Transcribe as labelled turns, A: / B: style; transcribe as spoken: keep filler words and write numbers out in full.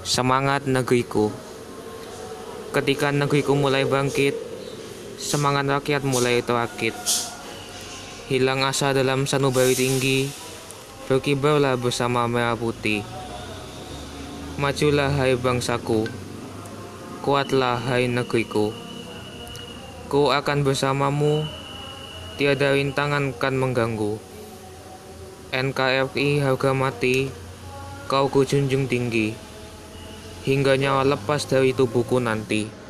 A: Semangat negeriku. Ketika negeriku mulai bangkit, semangat rakyat mulai terakit. Hilang asa dalam sanubari tinggi, berkibarlah bersama merah putih. Majulah hai bangsaku, kuatlah hai negeriku. Ku akan bersamamu, tiada rintangan kan mengganggu. N K R I harga mati, kau ku junjung tinggi, hingga nyawa lepas dari tubuhku nanti.